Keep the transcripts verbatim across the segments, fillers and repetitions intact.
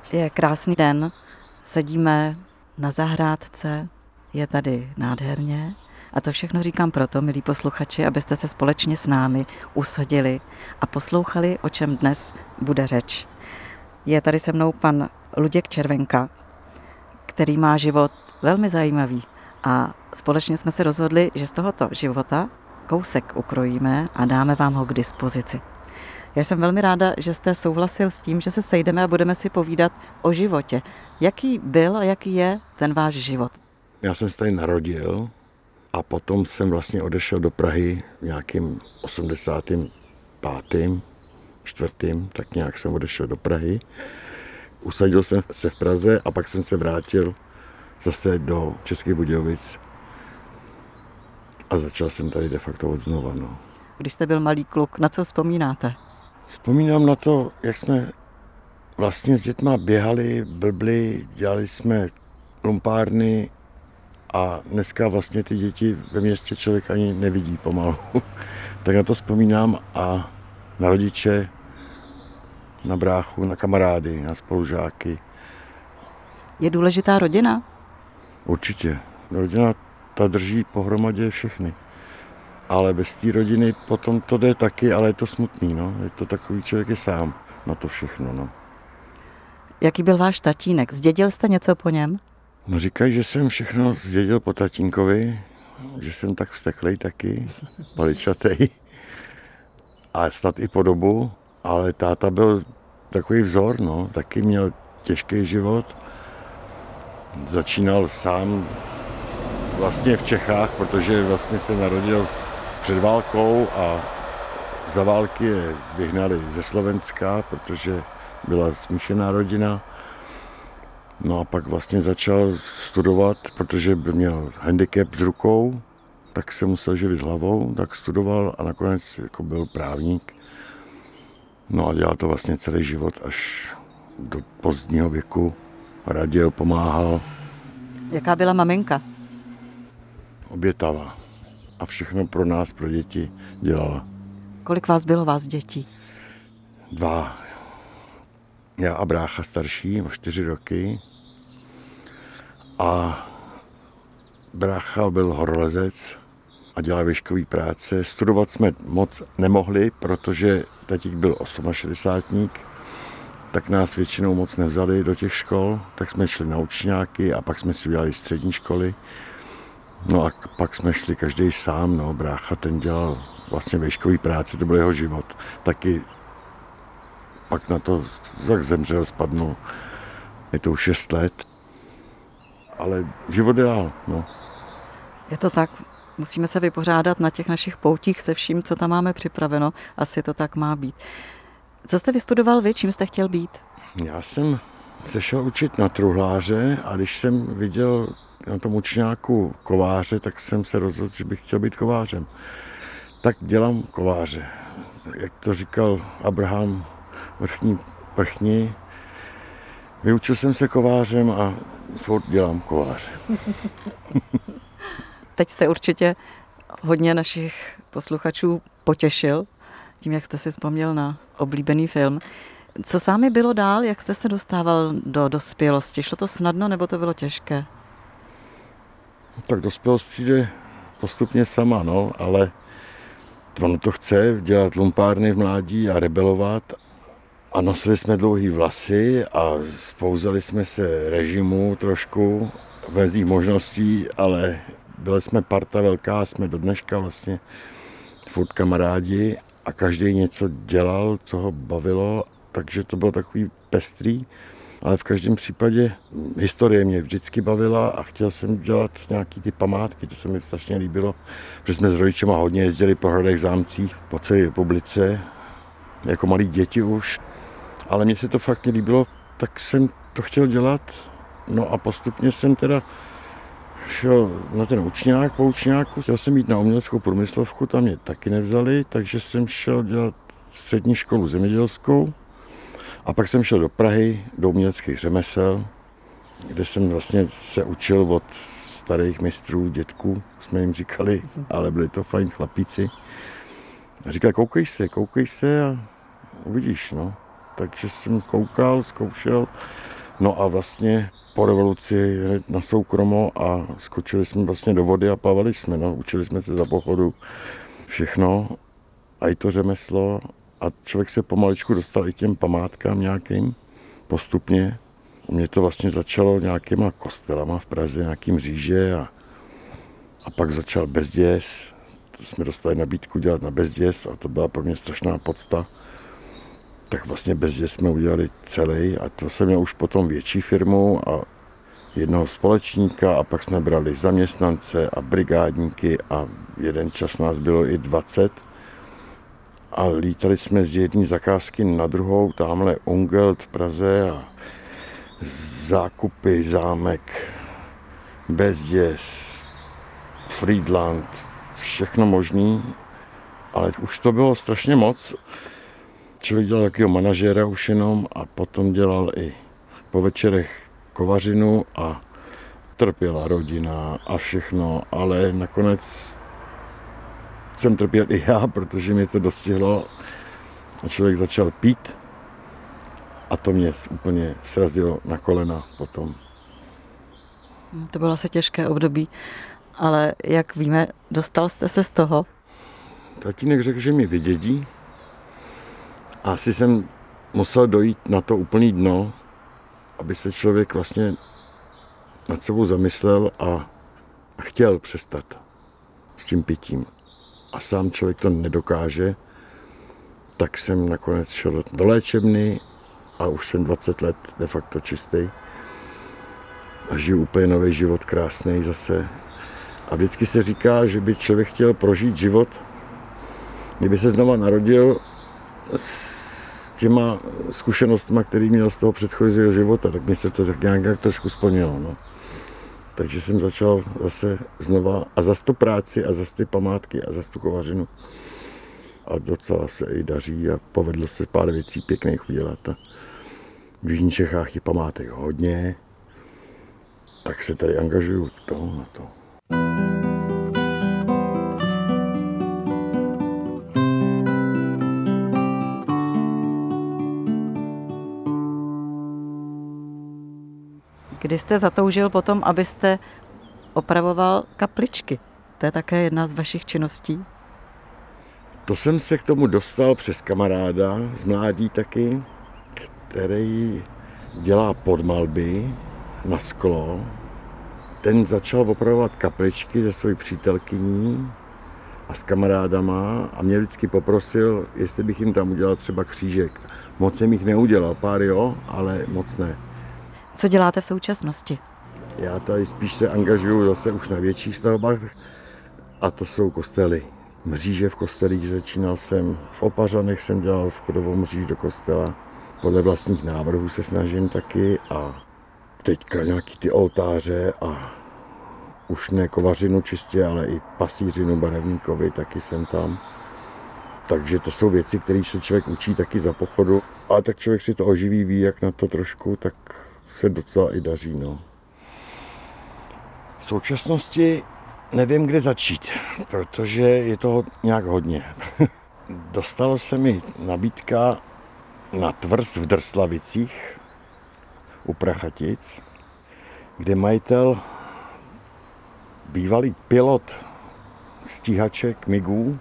Je krásný den, sedíme na zahrádce, je tady nádherně. A to všechno říkám proto, milí posluchači, abyste se společně s námi usadili a poslouchali, o čem dnes bude řeč. Je tady se mnou pan Luděk Červenka, který má život velmi zajímavý a společně jsme se rozhodli, že z tohoto života kousek ukrojíme a dáme vám ho k dispozici. Já jsem velmi ráda, že jste souhlasil s tím, že se sejdeme a budeme si povídat o životě. Jaký byl a jaký je ten váš život? Já jsem se tady narodil a potom jsem vlastně odešel do Prahy v nějakým osmdesátým pátým, čtvrtým, tak nějak jsem odešel do Prahy. Usadil jsem se v Praze a pak jsem se vrátil zase do Českých Budějovic a začal jsem tady de facto od znova. No. Když jste byl malý kluk, na co vzpomínáte? Vzpomínám na to, jak jsme vlastně s dětma běhali, blbli, dělali jsme lumpárny a dneska vlastně ty děti ve městě člověk ani nevidí pomalu. Tak na to vzpomínám a na rodiče, na bráchu, na kamarády, na spolužáky. Je důležitá rodina? Určitě. Rodina ta drží pohromadě všechny. Ale bez té rodiny potom to jde taky, ale je to smutný, no. Je to takový, člověk je sám na to všechno, no. Jaký byl váš tatínek? Zdědil jste něco po něm? No říkají, že jsem všechno zdědil po tatínkovi, že jsem tak vzteklej taky, paličatej a snad i podobu, ale táta byl takový vzor, no. Taky měl těžký život. Začínal sám vlastně v Čechách, protože vlastně se narodil před válkou a za války je vyhnali ze Slovenska, protože byla smíšená rodina. No a pak vlastně začal studovat, protože by měl handicap s rukou, tak se musel živit hlavou, tak studoval a nakonec jako byl právník. No a dělal to vlastně celý život až do pozdního věku. Radil, pomáhal. Jaká byla maminka? Obětavá. A všechno pro nás, pro děti dělala. Kolik vás bylo, vás dětí? Dva. Já a brácha starší, o čtyři roky. A brácha byl horolezec a dělal výškový práce. Studovat jsme moc nemohli, protože tatík byl osmašedesátník, tak nás většinou moc nevzali do těch škol, tak jsme šli na učňáky a pak jsme si udělali střední školy. No a pak jsme šli každý sám, no, brácha ten dělal vlastně výškový práce, to byl jeho život. Taky pak na to tak zemřel, spadnul, je to už šest let, ale život dál, no. Je to tak, musíme se vypořádat na těch našich poutích se vším, co tam máme připraveno, asi to tak má být. Co jste vystudoval vy, čím jste chtěl být? Já jsem se šel učit na truhláře a když jsem viděl na tom učňáku kováře, tak jsem se rozhodl, že bych chtěl být kovářem. Tak dělám kováře. Jak to říkal Abraham, vrchní prchni, vyučil jsem se kovářem a furt dělám kováře. Teď jste určitě hodně našich posluchačů potěšil tím, jak jste si vzpomněl na oblíbený film. Co s vámi bylo dál? Jak jste se dostával do dospělosti? Šlo to snadno, nebo to bylo těžké? Tak dospělost přijde postupně sama, no, ale ono to chce dělat lumpárny v mládí a rebelovat. A nosili jsme dlouhý vlasy a spouzali jsme se režimu trošku, mezích možností, ale byli jsme parta velká, jsme do dneška vlastně furt kamarádi a každý něco dělal, co ho bavilo, takže to bylo takový pestrý. Ale v každém případě historie mě vždycky bavila a chtěl jsem dělat nějaký ty památky, to se mi strašně líbilo, protože jsme s rodičema hodně jezdili po hradech, zámcích, po celé republice, jako malí děti už. Ale mně se to fakt líbilo, tak jsem to chtěl dělat. No a postupně jsem teda šel na ten učňák, po učňáku. Chtěl jsem jít na uměleckou průmyslovku, tam mě taky nevzali, takže jsem šel dělat střední školu zemědělskou. A pak jsem šel do Prahy, do uměleckých řemesel, kde jsem vlastně se učil od starých mistrů, dětků, jsme jim říkali, ale byli to fajn chlapíci. A říkali, koukej se, koukej se a uvidíš, no. Takže jsem koukal, zkoušel No a vlastně po revoluci hned na soukromo a skočili jsme vlastně do vody a plavali jsme. No. Učili jsme se za pochodu všechno a i to řemeslo a člověk se pomaličku dostal i k těm památkám nějakým postupně. U mě to vlastně začalo nějakýma kostelama v Praze, nějakým Říže a, a pak začal Bezděs. To jsme dostali nabídku dělat na Bezděs a to byla pro mě strašná podsta. Tak vlastně Bezděs jsme udělali celý a to jsem měl už potom větší firmu a jednoho společníka a pak jsme brali zaměstnance a brigádníky a jeden čas nás bylo i dvacet. A lítali jsme z jedné zakázky na druhou, tamhle Ungelt v Praze a Zákupy, Zámek, Bezděs, Friedland, všechno možný, ale už to bylo strašně moc. Člověk dělal takového manažéra už jenom a potom dělal i po večerech kovařinu a trpěla rodina a všechno, ale nakonec jsem trpěl i já, protože mě to dostihlo a člověk začal pít a to mě úplně srazilo na kolena potom. To bylo asi těžké období, ale jak víme, dostal jste se z toho? Tatínek řekl, že mi vydědí a asi jsem musel dojít na to úplný dno, aby se člověk vlastně nad sebou zamyslel a chtěl přestat s tím pitím. A sám člověk to nedokáže, tak jsem nakonec šel do léčebny a už jsem dvacet let de facto čistý. A žiju úplně nový život, krásný zase. A vždycky se říká, že by člověk chtěl prožít život, kdyby se znova narodil s těma zkušenostmi, které měl z toho předchozího života, tak mi se to tak nějak trošku splnilo. No. Takže jsem začal zase znova a zase tu práci a zase ty památky a zase tu kovařinu. A docela se i daří a povedlo se pár věcí pěkných udělat. A v Jižních Čechách je památek hodně, tak se tady angažuju to na to. Kdy jste zatoužil potom, abyste opravoval kapličky? To je také jedna z vašich činností. To jsem se k tomu dostal přes kamaráda z mládí taky, který dělá podmalby na sklo. Ten začal opravovat kapličky se svojí přítelkyní a s kamarádama a mě vždycky poprosil, jestli bych jim tam udělal třeba křížek. Moc jsem jich neudělal, pár jo, ale moc ne. Co děláte v současnosti? Já tady spíš se angažuju zase už na větších stavbách a to jsou kostely. Mříže v kostelích začínal jsem, v Opařanech jsem dělal vchodovou mříž do kostela. Podle vlastních návrhů se snažím taky a teďka nějaký ty oltáře a už ne kovařinu čistě, ale i pasířinu barevníkovi, taky jsem tam. Takže to jsou věci, které se člověk učí taky za pochodu. Ale tak člověk si to oživí, ví jak na to trošku, tak se docela i daří. No. V současnosti nevím, kde začít, protože je toho nějak hodně. Dostalo se mi nabídka na tvrz v Drslavicích u Prachatic, kde majitel, bývalý pilot stíhaček migů,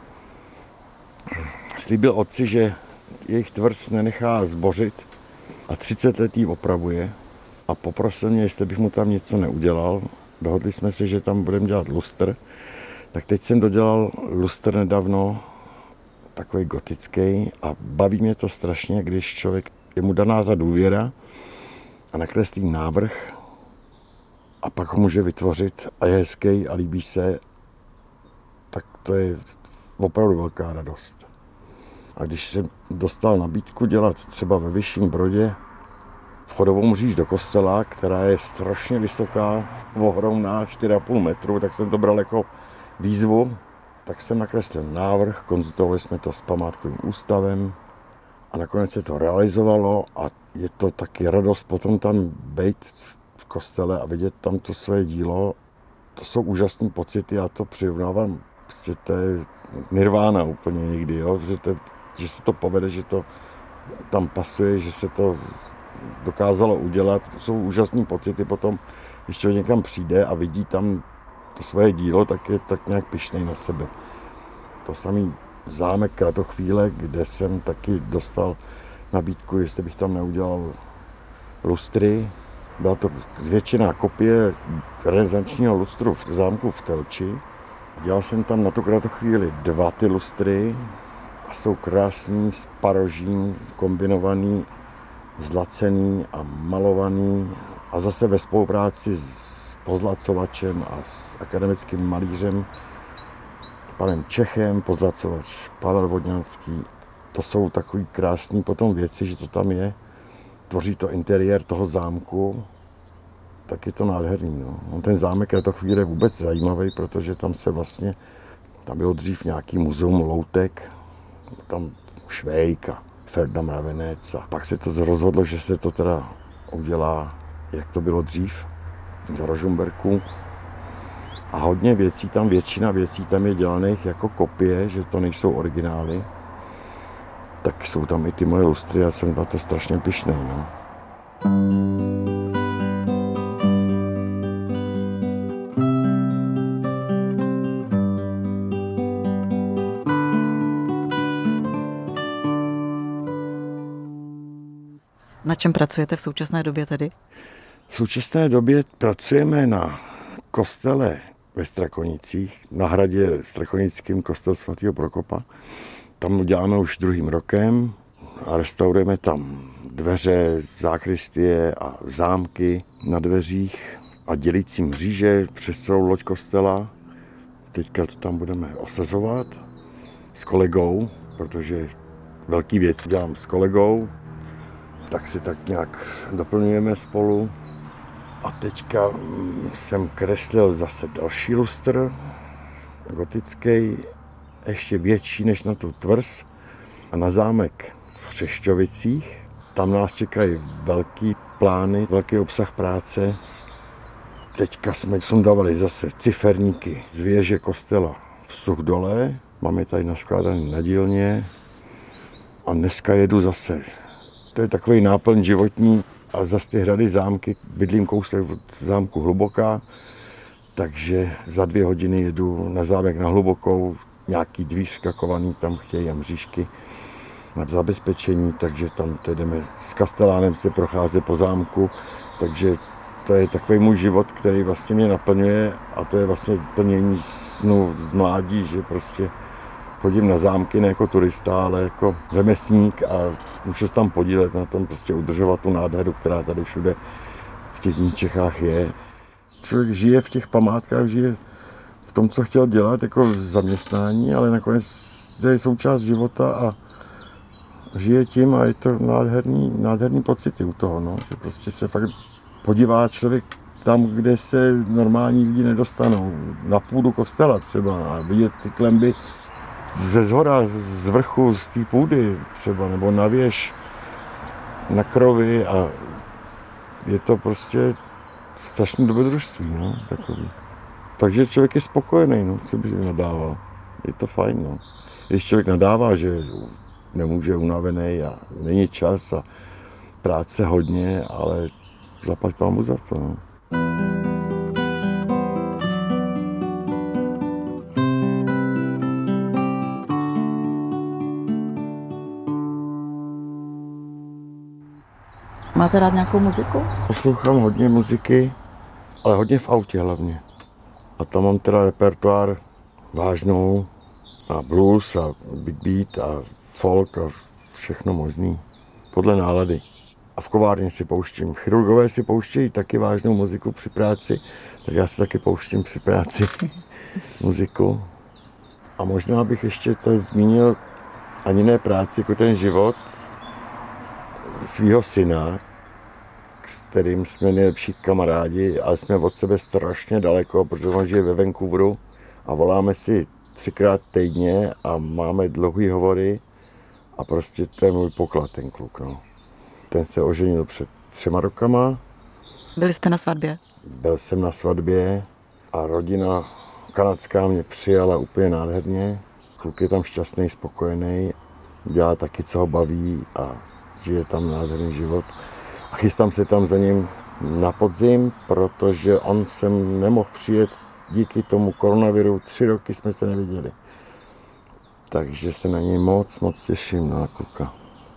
slíbil otci, že jejich tvrz nenechá zbořit a třicet let ji opravuje a poprosil mě, jestli bych mu tam něco neudělal. Dohodli jsme se, že tam budeme dělat lustr. Tak teď jsem dodělal lustr nedávno, takový gotický a baví mě to strašně, když člověk, je mu daná ta důvěra a nakreslí návrh a pak ho může vytvořit a je hezký a líbí se, tak to je opravdu velká radost. A když jsem dostal nabídku dělat třeba ve Vyšším Brodě vchodovou mříž do kostela, která je strašně vysoká, ohromná, čtyři a půl metru, tak jsem to bral jako výzvu. Tak jsem nakreslil návrh, konzultovali jsme to s památkovým ústavem a nakonec se to realizovalo a je to taky radost potom tam být v kostele a vidět tam to své dílo. To jsou úžasné pocity, já to přirovnávám, že to je nirvána úplně někdy, jo? Že, to, že se to povede, že to tam pasuje, že se to dokázalo udělat. To jsou úžasné pocity potom, když člověk někam přijde a vidí tam to svoje dílo, tak je tak nějak pyšnej na sebe. To samý zámek Kratochvíle, kde jsem taky dostal nabídku, jestli bych tam neudělal lustry. Byla to zvětšená kopie renesančního lustru v zámku v Telči. Dělal jsem tam na tu Kratochvíli dva ty lustry a jsou krásný, s parožím, kombinovaný, zlacený a malovaný a zase ve spolupráci s pozlacovačem a s akademickým malířem panem Čechem, pozlacovač Pavel Vodňanský. To jsou takový krásný potom věci, že to tam je. Tvoří to interiér toho zámku, tak je to nádherný. No. On ten zámek Kratochvíle je vůbec zajímavý, protože tam se vlastně, tam bylo dřív nějaký muzeum loutek, tam Švejk a Ferda Mravenec a pak se to rozhodlo, že se to teda udělá, jak to bylo dřív, za Rožumberku. A hodně věcí tam, většina věcí tam je dělaných jako kopie, že to nejsou originály. Tak jsou tam i ty moje lustry, já jsem na to strašně pyšnej, no. Na čem pracujete v současné době tedy? V současné době pracujeme na kostele ve Strakonicích, na hradě Strakonickým kostel svatého Prokopa. Tam děláme už druhým rokem a restaurujeme tam dveře, zákristie a zámky na dveřích a dělící mříže přes celou loď kostela. Teďka to tam budeme osazovat s kolegou, protože velký věc dělám s kolegou, tak si tak nějak doplňujeme spolu. A teďka jsem kreslil zase další lustr, gotický, ještě větší než na tu tvrz. A na zámek v Chřešťovicích, tam nás čekají velký plány, velký obsah práce. Teďka jsme sundávali zase ciferníky z věže kostela v Suchdole, máme tady naskládaný na dílně. A dneska jedu zase, to je takový náplň životní, a zase ty hrady zámky, bydlím kousek od zámku Hluboká, takže za dvě hodiny jedu na zámek na Hlubokou, nějaký dvířka kovaný, tam chtějí a mřížky na zabezpečení, takže tam jdeme s kastelánem se procházet po zámku, takže to je takový můj život, který vlastně mě naplňuje a to je vlastně plnění snu z mládí, že prostě chodím na zámky ne jako turista, ale jako řemesník a můžu se tam podílet na tom, prostě udržovat tu nádheru, která tady všude v těch Čechách je. Člověk žije v těch památkách, žije v tom, co chtěl dělat, jako zaměstnání, ale nakonec to je součást života a žije tím a je to nádherný, nádherný pocity u toho, no, že prostě se fakt podívá člověk tam, kde se normální lidi nedostanou, na půdu kostela třeba a vidět ty klenby ze zhora, z vrchu, z té půdy třeba, nebo na věž, na krovy a je to prostě strašné dobrodružství, no, takový. Takže člověk je spokojený, no, co by si nadával. Je to fajn, no. Když člověk nadává, že nemůže, unavený a není čas a práce hodně, ale zaplať pámu za to, no. Máte rád nějakou muziku? Poslouchám hodně muziky, ale hodně v autě hlavně. A tam mám teda repertoár vážnou a blues a big beat a folk a všechno možný. Podle nálady. A v kovárně si pouštím. Chirurgové si pouštějí taky vážnou muziku při práci, tak já si taky pouštím při práci muziku. A možná bych ještě tady zmínil ani ne práci, jako ten život svého syna, s kterým jsme nejlepší kamarádi, ale jsme od sebe strašně daleko, protože on žije ve Vancouveru a voláme si třikrát týdně a máme dlouhý hovory a prostě to je můj poklad, ten kluk. No. Ten se oženil před třema rokama. Byli jste na svatbě? Byl jsem na svatbě a rodina kanadská mě přijala úplně nádherně. Kluk je tam šťastný, spokojený, dělá taky, co ho baví a žije tam nádherný život. A chystám se tam za ním na podzim, protože on sem nemohl přijet díky tomu koronaviru. Tři roky jsme se neviděli. Takže se na něj moc, moc těším, na kluka.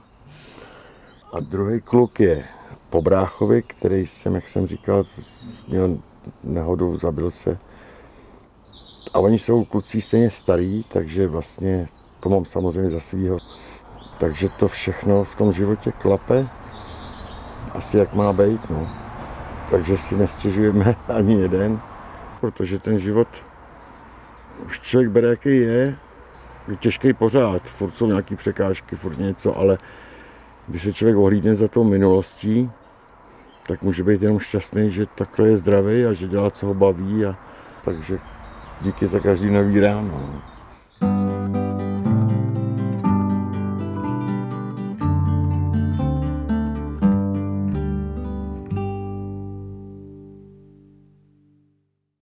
A druhý kluk je po bráchovi, který jsem, jak jsem říkal, měl nehodu, zabil se. A oni jsou kluci stejně starý, takže vlastně to mám samozřejmě za svýho. Takže to všechno v tom životě klape, asi jak má být, no. Takže si nestěžujeme ani jeden, protože ten život už člověk bere, jaký je, je těžký pořád, furt jsou nějaké překážky, furt něco, ale když se člověk ohlídne za tou minulostí, tak může být jenom šťastný, že takhle je zdravý a že dělá, co ho baví. A takže díky za každý nový ráno.